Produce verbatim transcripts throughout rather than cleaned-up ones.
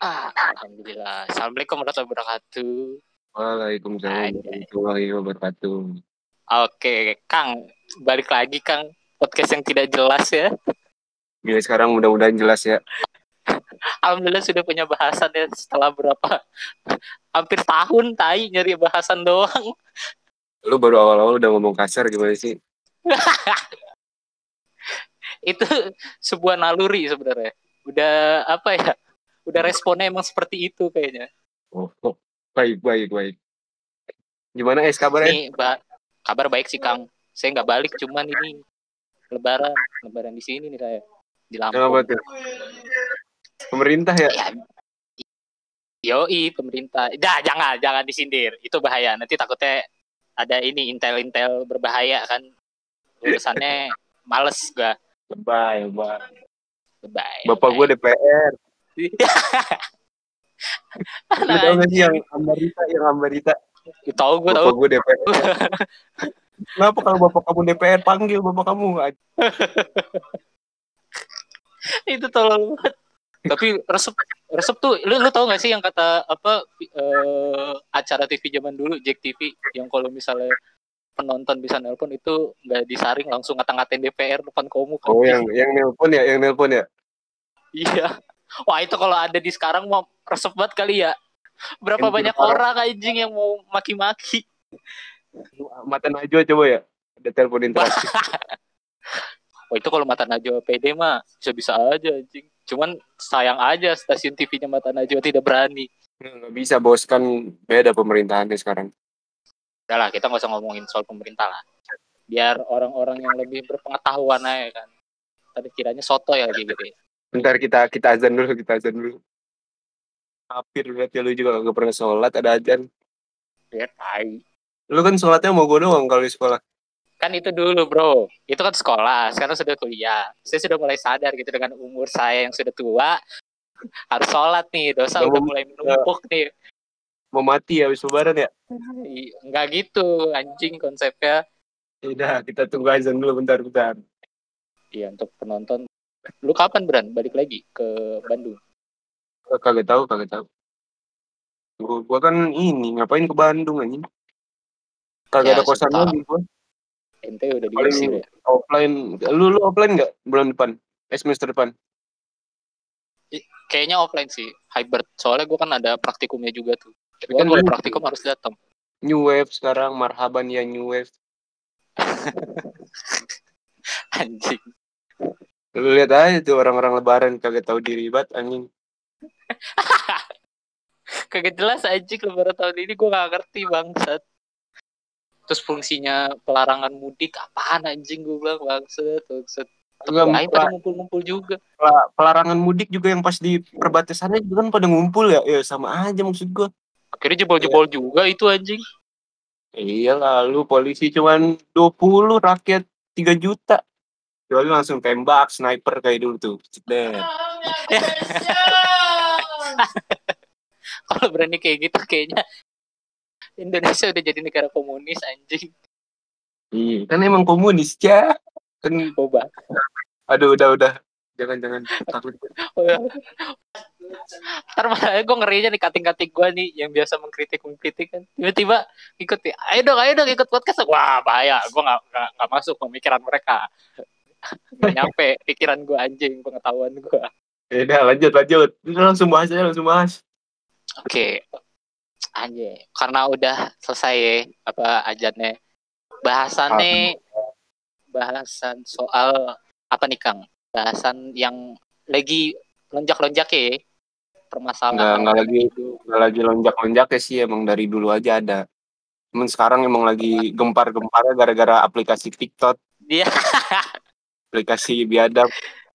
Ah, alhamdulillah. Assalamualaikum warahmatullahi wabarakatuh. Waalaikumsalam warahmatullahi wabarakatuh. Oke, Kang, balik lagi Kang. Podcast yang tidak jelas ya. Ya sekarang mudah-mudahan jelas ya. Alhamdulillah sudah punya bahasan ya setelah berapa hampir tahun tai nyari bahasan doang. Lu baru awal-awal udah ngomong kasar gimana sih? Itu sebuah naluri sebenarnya. Udah apa ya? Udah responnya emang seperti itu kayaknya. Oh, oh. baik baik baik. Gimana es kabarnya? Nih, ba- kabar baik sih Kang. Saya nggak balik, cuman ini lebaran, lebaran di sini nih saya di Lampung. Kenapa tuh? Pemerintah ya? Ya, yoi pemerintah. Dah jangan jangan disindir. Itu bahaya. Nanti takutnya ada ini intel-intel berbahaya kan. Urusannya males gua. Lebay, lebay. Lebay. Bapak gue D P R. Lu tau gak sih yang Ambarita, yang Ambarita? Tahu gue tahu. Bapak gue D P R. Kenapa kalau bapak kamu D P R panggil bapak kamu? Itu tolol banget. Tapi resep resep tuh lu lu tau gak sih yang kata apa uh, acara T V zaman dulu Jack T V yang kalau misalnya penonton bisa nelpon itu nggak disaring langsung ngata-ngatain D P R depan komu kan. Oh yang yang nelpon ya, yang nelpon ya. Iya. Wah itu kalau ada di sekarang mau resep banget kali ya. Berapa Yang banyak parah. orang anjing yang mau maki-maki. Mata Najwa coba ya. Ada telepon interaktif. Oh itu kalau Mata Najwa P D mah bisa-bisa aja anjing. Cuman sayang aja stasiun T V-nya Mata Najwa tidak berani. Nggak bisa bos, kan beda pemerintahannya sekarang. Udah lah kita nggak usah ngomongin soal pemerintah lah. Biar orang-orang yang lebih berpengetahuan aja kan. Tadi kiranya soto ya lagi gitu ya. Bentar kita kita azan dulu, kita azan dulu. Hampir berarti lu juga gak pernah sholat, ada azan. Ya tai. Lu kan sholatnya mau gue doang kalau di sekolah. Kan itu dulu bro, itu kan sekolah, sekarang sudah kuliah. Saya sudah mulai sadar gitu dengan umur saya yang sudah tua, harus sholat nih, dosa Gak udah mau, mulai menumpuk gak, nih. Mau mati ya habis lebaran ya? Enggak gitu, anjing konsepnya. Udah, kita tunggu azan dulu bentar-bentar. Iya, untuk penonton. Lu kapan Bran balik lagi ke Bandung? Kagak tahu, kagak tahu. Gua, gua kan ini ngapain ke Bandung anjing? Kagak Ya, ada kosan sudah. lagi gua. Ente udah Paling diusir ya? offline. Lu lu offline nggak bulan depan? Eh, semester depan? Kayaknya offline sih, hybrid. Soalnya gue kan ada praktikumnya juga tuh. Gue kan kalau praktikum harus datang. New Wave sekarang, marhaban ya New Wave. Anjing. Lu lihat aja tuh orang-orang lebaran kagak tahu diri banget anjing. Kagak jelas anjing lebaran tahun ini gue gak ngerti bangsat. Terus fungsinya pelarangan mudik apaan anjing gue bilang bangsat, bangsat. Tapi pada ngumpul-ngumpul juga. Pelarangan mudik juga yang pas di perbatasannya juga kan pada ngumpul ya. Ya sama aja maksud gue. Akhirnya jebol-jebol ya. Juga itu anjing. Iya lalu polisi cuman dua puluh, rakyat tiga juta. Lalu langsung tembak sniper kayak dulu tuh. Kalau berani kayak gitu kayaknya Indonesia udah jadi negara komunis anjing. Iya, kan emang komunis ya. Kan coba. Aduh, udah udah. Jangan-jangan takut. Ntar malah gue ngerinya nih kating-kating gue nih yang biasa mengkritik-mengkritik kan. Tiba-tiba ikut, ayo dong, ayo dong ikut podcast. Wah bahaya, gue gak, gak, gak masuk pemikiran mereka. Gak nyampe pikiran gue anjing, pengetahuan gue. Ya udah lanjut, lanjut. Langsung bahas aja, langsung bahas. Oke. Anjing, karena udah selesai apa ajannya. Bahasannya, bahasan soal apa nih Kang? Bahasan yang lagi lonjak-lonjak ya permasalahan. Nggak, nggak lagi nggak lagi lonjak-lonjak ya sih, emang dari dulu aja ada. Cuman sekarang emang lagi gempar-gemparnya gara-gara aplikasi TikTok. Dia aplikasi biadab.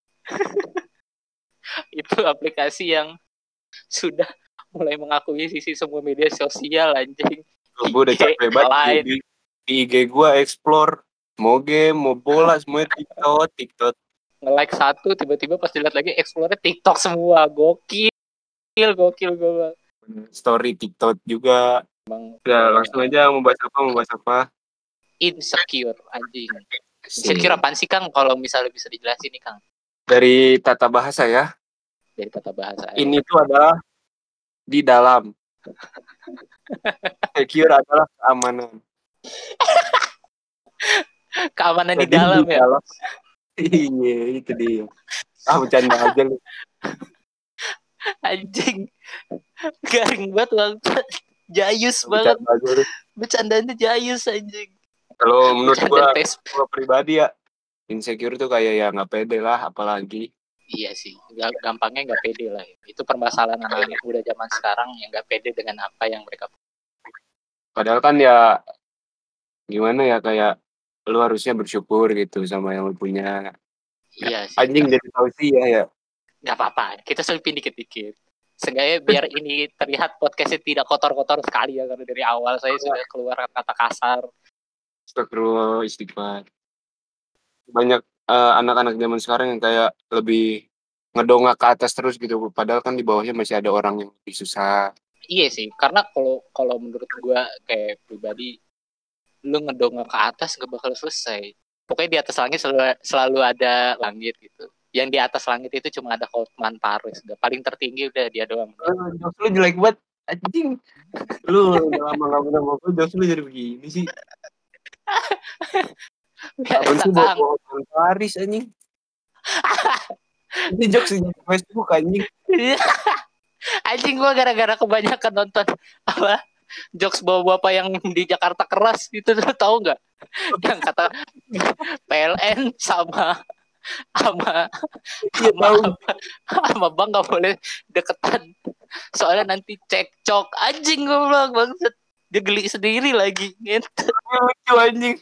Itu aplikasi yang sudah mulai mengakui sisi semua media sosial anjing. Gue udah capek banget di, di I G gue explore mau game, mau bola, semuanya TikTok, TikTok. Nge-like satu, tiba-tiba pas dilihat lagi explore TikTok semua. Gokil, gokil gue. Story TikTok juga. Bang, udah langsung aja mau bahas apa, mau bahas apa? Insecure anjing. Insecure apaan sih Kang? Kalau misalnya bisa dijelasin nih Kang. Dari tata bahasa ya. Dari tata bahasa. Ini ya. Tuh adalah di dalam. Secure adalah keamanan. Keamanan di Jadi dalam di ya. dalam. Iya, itu dia. Ah, bercanda aja lu. Anjing. Garing banget bang. Jayus banget. Bercanda aja lu. Bercandanya jayus anjing. Kalau menurut gua, Bercandaan Facebook. gua pribadi ya, insecure tuh kayak ya nggak pede lah, apalagi. Iya sih, Ga- gampangnya nggak pede lah. Itu permasalahan anak-anak muda zaman sekarang yang nggak pede dengan apa yang mereka. Padahal kan ya gimana ya, kayak lu harusnya bersyukur gitu sama yang lu punya. Iya sih, Anjing jadi tausiah ya. nggak apa-apa. Kita selipin dikit-dikit. Seenggaknya biar ini terlihat podcastnya tidak kotor-kotor sekali ya, karena dari awal saya sudah keluar kata kasar. Astagfirullah, istighfar. Banyak eh, anak-anak zaman sekarang yang kayak lebih ngedongak ke atas terus gitu, padahal kan di bawahnya masih ada orang yang lebih susah. Iya sih, karena kalau kalau menurut gua kayak pribadi, lu ngedongak ke atas gak bakal selesai. Pokoknya di atas langit selalu, selalu ada langit gitu. Yang di atas langit itu cuma ada Hotman Paris. Udah paling tertinggi udah dia doang. Oh, jokes lu jelek banget, anjing. Lu udah lama gak pernah mau jokes lu jadi begini sih. Apa sih bawa Hotman Paris anjing? Ini jokes di Facebook anjing. Anjing gua gara-gara kebanyakan nonton apa jokes bapak-bapak yang di Jakarta keras itu tuh tahu nggak? Yang kata P L N sama sama Iya sama, tahu. sama bang nggak boleh deketan soalnya nanti cekcok. Anjing gue bilang bangset, dia geli sendiri lagi gitu. Lucu anjing.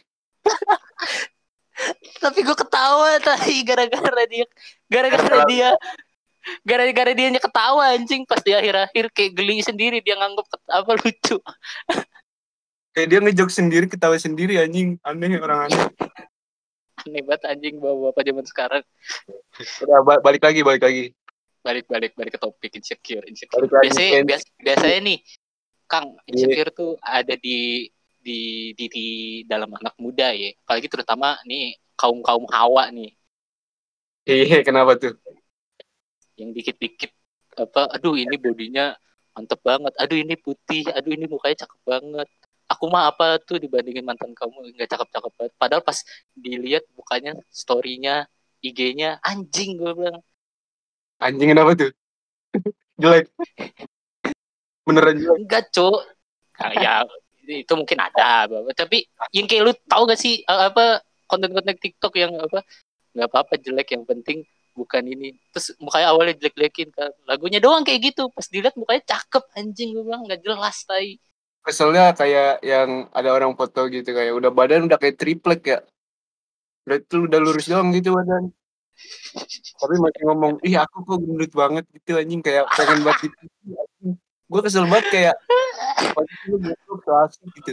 Tapi gue ketawa tadi gara-gara dia gara-gara dia gara-gara dia ketawa anjing, pas di akhir-akhir kayak geli sendiri, dia nganggep apa lucu. Kayak dia ngejok sendiri, ketawa sendiri anjing. Aneh orang aneh. Aneh banget anjing bapak-bapak zaman sekarang. Udah balik lagi, balik lagi. Balik-balik balik ke topik insecure, insecure. Balik lagi, Biasanya kan. bias, biasanya nih Kang, insecure yeah. tuh ada di di, di di dalam anak muda ya. Apalagi terutama nih kaum-kaum hawa nih. Iya, kenapa tuh? Yang dikit-dikit apa, aduh ini bodinya mantep banget, aduh ini putih, aduh ini mukanya cakep banget. Aku mah apa tuh dibandingin mantan kamu nggak cakep-cakep banget. Padahal pas dilihat mukanya, story-nya, I G-nya, anjing gue bilang. Anjing kenapa tuh? Jelek. Beneran jelek. Enggak, Cuk. Nah, ya itu mungkin ada, Bapak. Tapi yang kayak lu tahu gak sih apa konten-konten TikTok yang apa nggak apa-apa jelek, yang penting bukan ini. Terus mukanya awalnya jelek-jelekin kan, lagunya doang kayak gitu, pas dilihat mukanya cakep, anjing gue bilang nggak jelas tai. Keselnya kayak yang ada orang foto gitu, kayak udah badan udah kayak triplek ya, udah itu udah lurus doang gitu badan, tapi masih ngomong ih aku kok gendut banget gitu anjing, kayak pengen banget gitu. Gue kesel banget kayak lu gitu.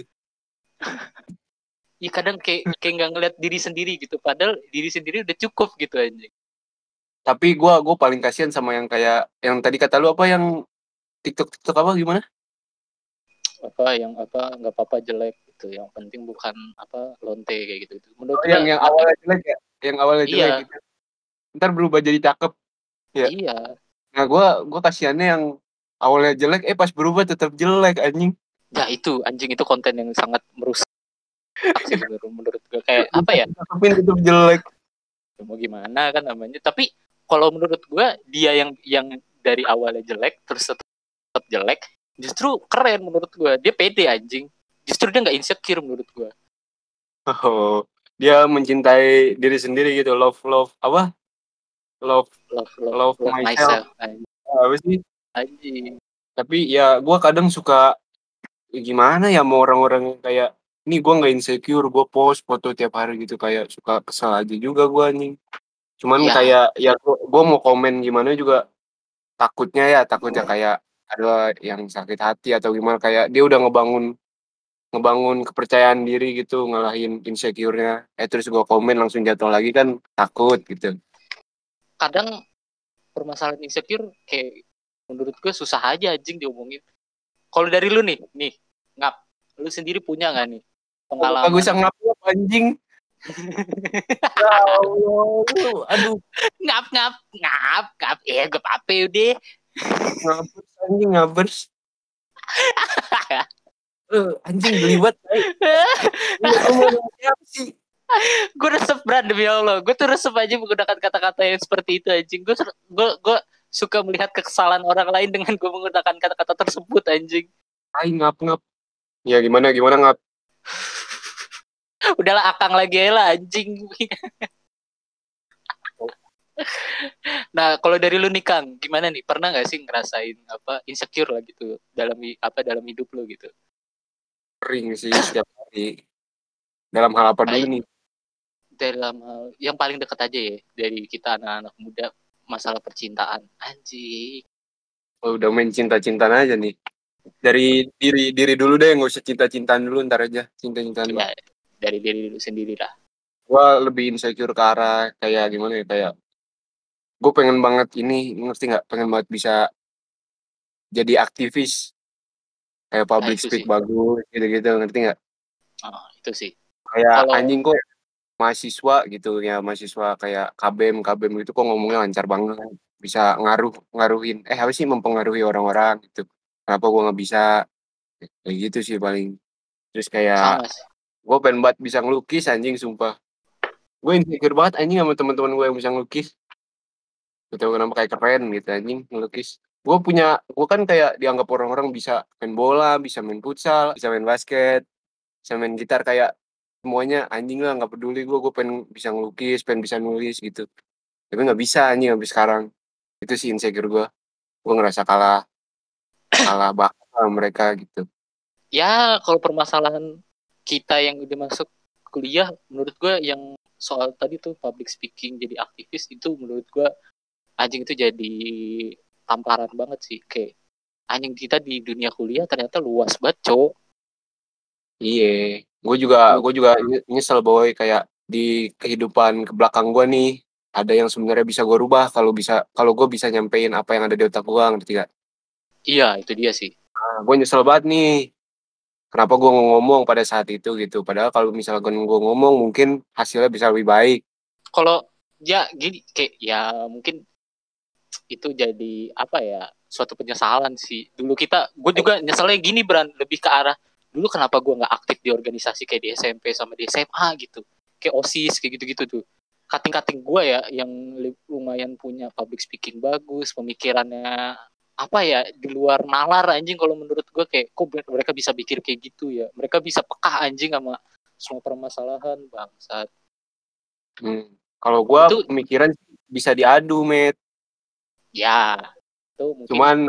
Iya kadang kayak kayak nggak ngeliat diri sendiri gitu, padahal diri sendiri udah cukup gitu anjing. Tapi gue gue paling kasihan sama yang kayak yang tadi kata lu apa, yang TikTok TikTok apa gimana? Apa yang apa nggak apa-apa jelek gitu, yang penting bukan apa lonte kayak gitu. Menurut oh, yang yang awalnya jelek ya, yang awalnya iya. jelek gitu. Ntar berubah jadi cakep. Ya. Iya. Nah gue gue kasihannya yang awalnya jelek eh pas berubah tetap jelek anjing. Ya itu anjing, itu konten yang sangat merusak sih menurut gue, kayak apa ya? Tapi tetap jelek. Mau gimana kan namanya. Tapi kalau menurut gue dia yang yang dari awalnya jelek terus tetap jelek, justru keren menurut gue. Dia pede anjing. Justru dia nggak insecure menurut gue. Oh, dia mencintai diri sendiri gitu. Love love apa? Love love love, love, love myself. myself. Apa sih? Anjing. Tapi ya gue kadang suka ya gimana ya mau orang-orang kayak ini, gue nggak insecure, gue post foto tiap hari gitu, kayak suka kesel aja juga gue anjing. Cuman ya. Kayak ya gue mau komen gimana juga takutnya ya takutnya kayak ada yang sakit hati atau gimana, kayak dia udah ngebangun ngebangun kepercayaan diri gitu, ngalahin insecure-nya, eh terus gue komen langsung jatuh lagi kan takut gitu. Kadang permasalahan insecure kayak menurut gue susah aja anjing diomongin. Kalau dari lu nih, nih ngap, lu sendiri punya nggak nih pengalaman? Aku bisa ngap anjing. Ya Allah, aduh. Ngap ngap ngap ngap, eh gue apa udah. Ngabers anjing, ngabers. Eh, anjing geli banget. Lu mau siapa sih? Gue resep brand demi Allah. Gue tuh resep aja menggunakan kata-kata yang seperti itu anjing. Gue gue gue suka melihat kesalahan orang lain dengan gue menggunakan kata-kata tersebut anjing. Ay ngap ngap. Ya gimana gimana ngap. Udahlah akang lagi lah anjing. Nah kalau dari lu nih Kang, gimana nih? Pernah nggak sih ngerasain apa insecure lah gitu dalam apa dalam hidup lu gitu? Sering sih setiap hari. Dalam hal apa dulu Kayak nih? dalam hal yang paling dekat aja ya dari kita anak-anak muda masalah percintaan anjing. Oh, udah main cinta-cintaan aja nih. Dari diri diri dulu deh, nggak usah cinta-cintaan dulu, ntar aja cinta-cintaan mah. Ya dari diri lu sendiri lah. Gua lebih insecure ke arah kayak gimana ya, kayak gue pengen banget ini, ngerti nggak? Pengen banget bisa jadi aktivis, kayak Nah public itu speak sih. bagus, gitu-gitu, ngerti nggak? Oh, itu sih. Kayak Kalau anjing kok mahasiswa gitu ya, mahasiswa kayak K B M, K B M gitu kok ngomongnya lancar banget, bisa ngaruh ngaruhin, eh apa sih mempengaruhi orang-orang gitu. Kenapa gue nggak bisa? Kayak gitu sih paling. Terus kayak sama sih. gue pengen banget bisa ngelukis anjing sumpah. Gue insecure banget anjing sama teman-teman gue yang bisa ngelukis. Gak tau kenapa kayak keren gitu anjing ngelukis. Gue punya, gue kan kayak dianggap orang-orang bisa main bola, bisa main futsal, bisa main basket, bisa main gitar, kayak semuanya anjing lah nggak peduli gue, gue pengen bisa ngelukis, pengen bisa nulis gitu. Tapi nggak bisa anjing sampai sekarang. Itu sih insecure gue. Gue ngerasa kalah, kalah bakat sama mereka gitu. Ya kalau permasalahan kita yang udah masuk kuliah, menurut gue yang soal tadi tuh public speaking jadi aktivis itu menurut gue anjing itu jadi tamparan banget sih kayak anjing kita di dunia kuliah ternyata luas banget cowok. Iya, gue juga Lu gue juga nyesel boy, kayak di kehidupan ke belakang gue nih ada yang sebenarnya bisa gue rubah kalau bisa, kalau gue bisa nyampein apa yang ada di otak gue, ngerti gak? iya itu dia sih. Nah, gue nyesel banget nih, kenapa gue ngomong pada saat itu gitu. Padahal kalau misalkan gue ngomong mungkin hasilnya bisa lebih baik. Kalau ya gini kayak ya mungkin itu jadi apa ya suatu penyesalan sih dulu kita gue juga nyeselnya gini Bran lebih ke arah dulu kenapa gue nggak aktif di organisasi kayak di S M P sama di S M A gitu kayak OSIS kayak gitu-gitu tuh kating-kating gue ya yang lumayan punya public speaking bagus pemikirannya apa ya di luar nalar anjing kalau menurut gue kayak kok mereka bisa pikir kayak gitu ya mereka bisa peka anjing sama semua permasalahan bangsat. Hmm. Kalau gue Itu pemikiran bisa diadu, met. ya itu mungkin Cuman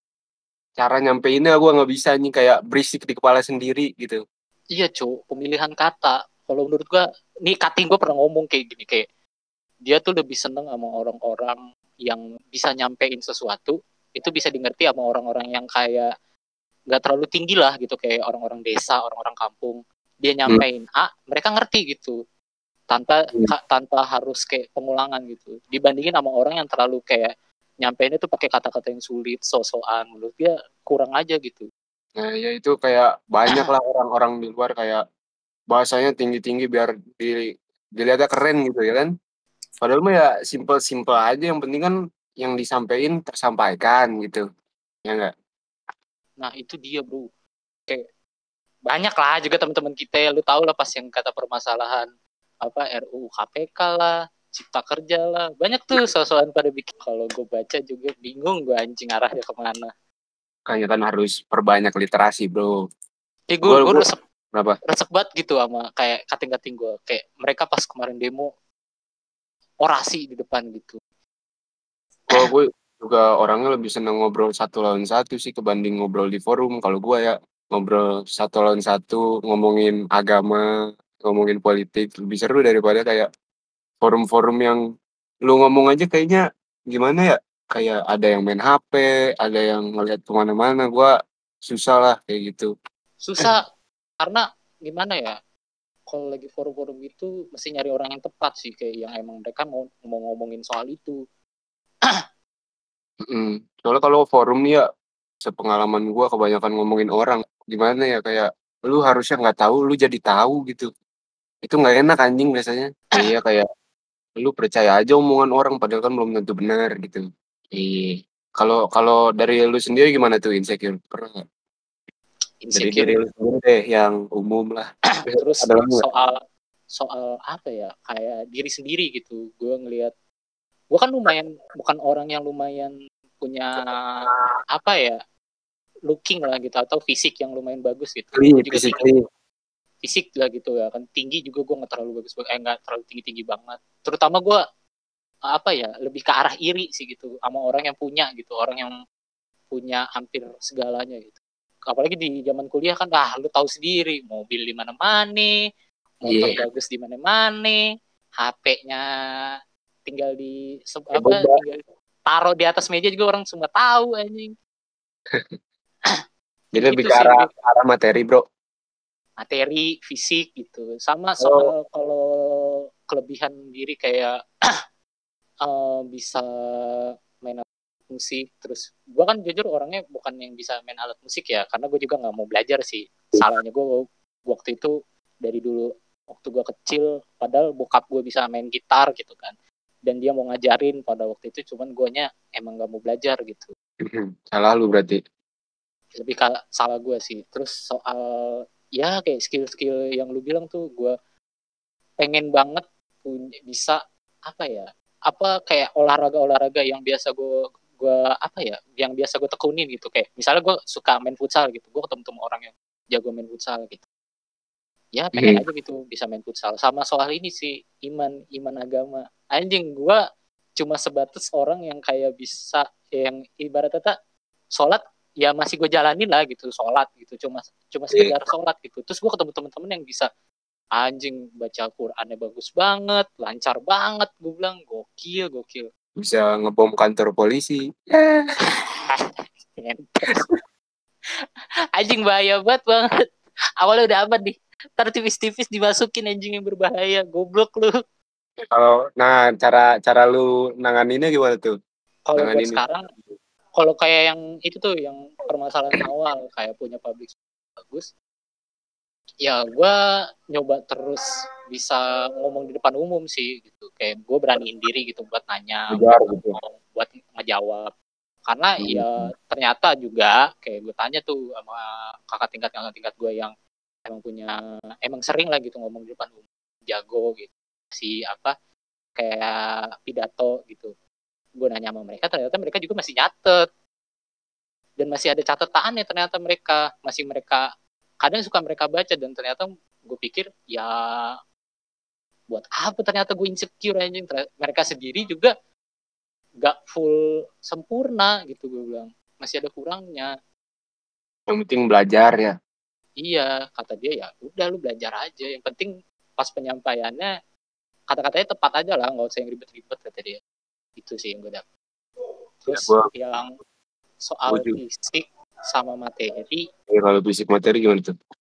cara nyampeinnya gue nggak bisa nih, kayak berisik di kepala sendiri gitu. iya cu, pemilihan kata. Kalau menurut gua, nih cutting gua pernah ngomong kayak gini kayak dia tuh lebih seneng sama orang-orang yang bisa nyampein sesuatu itu bisa dimengerti sama orang-orang yang kayak nggak terlalu tinggi lah gitu kayak orang-orang desa, orang-orang kampung. Dia Hmm. nyampein A, mereka ngerti gitu tanpa Hmm. ka, tanpa harus kayak pengulangan gitu. Dibandingin sama orang yang terlalu kayak nyampeinnya tuh pakai kata-kata yang sulit, so-soan. Menurut dia kurang aja gitu. Nah, ya itu kayak banyak lah orang-orang di luar kayak bahasanya tinggi-tinggi biar di, dilihatnya keren gitu ya kan. Padahal mah ya simple-simple aja, yang penting kan yang disampaikan tersampaikan gitu. Ya enggak? Nah itu dia bro. Kayak banyak lah juga teman-teman kita ya lu tahu lah pas yang kata permasalahan apa R U U K P K lah cipta kerja lah banyak tuh soal-soalan pada bikin kalau gue baca juga bingung gue anjing arahnya kemana. Kayaknya kan harus perbanyak literasi, bro. Eh gue Gue gue gue resep berapa? resep banget gitu sama kayak kating-kating gue kayak mereka pas kemarin demo orasi di depan gitu. Gue gue juga orangnya lebih seneng ngobrol satu lawan satu sih kebanding ngobrol di forum. Kalau gue ya ngobrol satu lawan satu, ngomongin agama, ngomongin politik lebih seru daripada kayak forum-forum yang lu ngomong aja kayaknya gimana ya, kayak ada yang main H P, ada yang ngeliat kemana-mana. Gue susah lah kayak gitu. Susah karena gimana ya kalau lagi forum-forum itu mesti nyari orang yang tepat sih kayak yang emang mereka mau mau ngomongin soal itu. Mm. Soalnya kalau forum nih ya, sepengalaman gue kebanyakan ngomongin orang. Gimana ya, kayak lu harusnya nggak tahu, lu jadi tahu gitu. Itu nggak enak anjing biasanya. Iya kayak lu percaya aja omongan orang padahal kan belum tentu benar gitu. Iya. Kalau kalau dari lu sendiri gimana tuh insecure? Pernah nggak? Dari diri insecure. lu sendiri deh yang umum lah. Terus Ada lagi nggak? soal soal apa ya, kayak diri sendiri gitu. Gue ngelihat, gue kan lumayan bukan orang yang lumayan punya apa ya, looking lah gitu atau fisik yang lumayan bagus gitu. Clean, Gue juga tinggi physically. fisik lah gitu ya kan, tinggi juga gue nggak terlalu bagus, eh nggak terlalu tinggi tinggi banget. Terutama gue apa ya, lebih ke arah iri sih gitu sama orang yang punya gitu, orang yang punya hampir segalanya gitu. Apalagi di zaman kuliah kan, ah lu tahu sendiri, mobil di mana-mana, motor Iya. bagus di mana-mana, H P-nya tinggal di se- Ya, apa boba. tinggal taruh di atas meja juga orang semua tahu anjing. Jadi lebih Gitu ke sih, arah, lebih arah materi, bro. materi, fisik gitu. Sama Oh, soal kalau kelebihan diri kayak uh, bisa main alat musik. Terus gue kan jujur orangnya bukan yang bisa main alat musik ya, karena gue juga nggak mau belajar sih. Salahnya gue waktu itu dari dulu waktu gue kecil, padahal bokap gue bisa main gitar gitu kan, dan dia mau ngajarin pada waktu itu, cuman guanya emang nggak mau belajar gitu. salah lu berarti. Lebih ke salah gue sih. Terus soal ya kayak skill-skill yang lu bilang tuh, gue pengen banget punya bisa apa ya, apa kayak olahraga-olahraga yang biasa gue gue apa ya, yang biasa gue tekunin gitu. Kayak misalnya gue suka main futsal gitu, gue ketemu ketemu orang yang jago main futsal gitu, ya pengen Hmm. aja gitu bisa main futsal. Sama soal ini sih, iman iman agama, anjing gue cuma sebatas orang yang kayak bisa, yang ibarat kata sholat ya masih gue jalanin lah gitu, sholat gitu cuma cuma Iya. sekedar sholat gitu. Terus gue ketemu temen-temen yang bisa, anjing baca Qurannya bagus banget, lancar banget, gue bilang gokil gokil. Bisa ngebom kantor polisi. Eh. Anjing bahaya banget banget. Awalnya udah aman nih, ntar tipis-tipis dimasukin anjing yang berbahaya, goblok lu. Kalau nah cara cara lu nanganinnya gimana tuh? Kalau buat Nanganin. sekarang, kalau kayak yang itu tuh, yang permasalahan awal kayak punya public bagus, ya gue nyoba terus bisa ngomong di depan umum sih gitu. Kayak gue beraniin diri gitu buat nanya, buat Kejar gitu. ngomong, buat ngejawab. Karena ya Hmm. ternyata juga kayak gue tanya tuh sama kakak tingkat kakak tingkat gue yang emang punya, emang sering lah gitu ngomong di depan umum, jago gitu si apa, kayak pidato gitu. Gue nanya sama mereka, ternyata mereka juga masih nyatet, dan masih ada catatannya ternyata, mereka masih mereka kadang suka mereka baca. Dan ternyata gue pikir ya buat apa, ternyata gue insecure anjing, mereka sendiri juga gak full sempurna gitu, gue bilang masih ada kurangnya. Yang penting belajar ya. Iya, kata dia, ya udah lu belajar aja, yang penting pas penyampaiannya kata-katanya tepat aja lah, nggak usah yang ribet-ribet, kata dia. Itu sih yang gue dapat. Ya, Terus gua, yang gua soal juga. fisik sama materi, Ya, kalau fisik materi gimana tuh?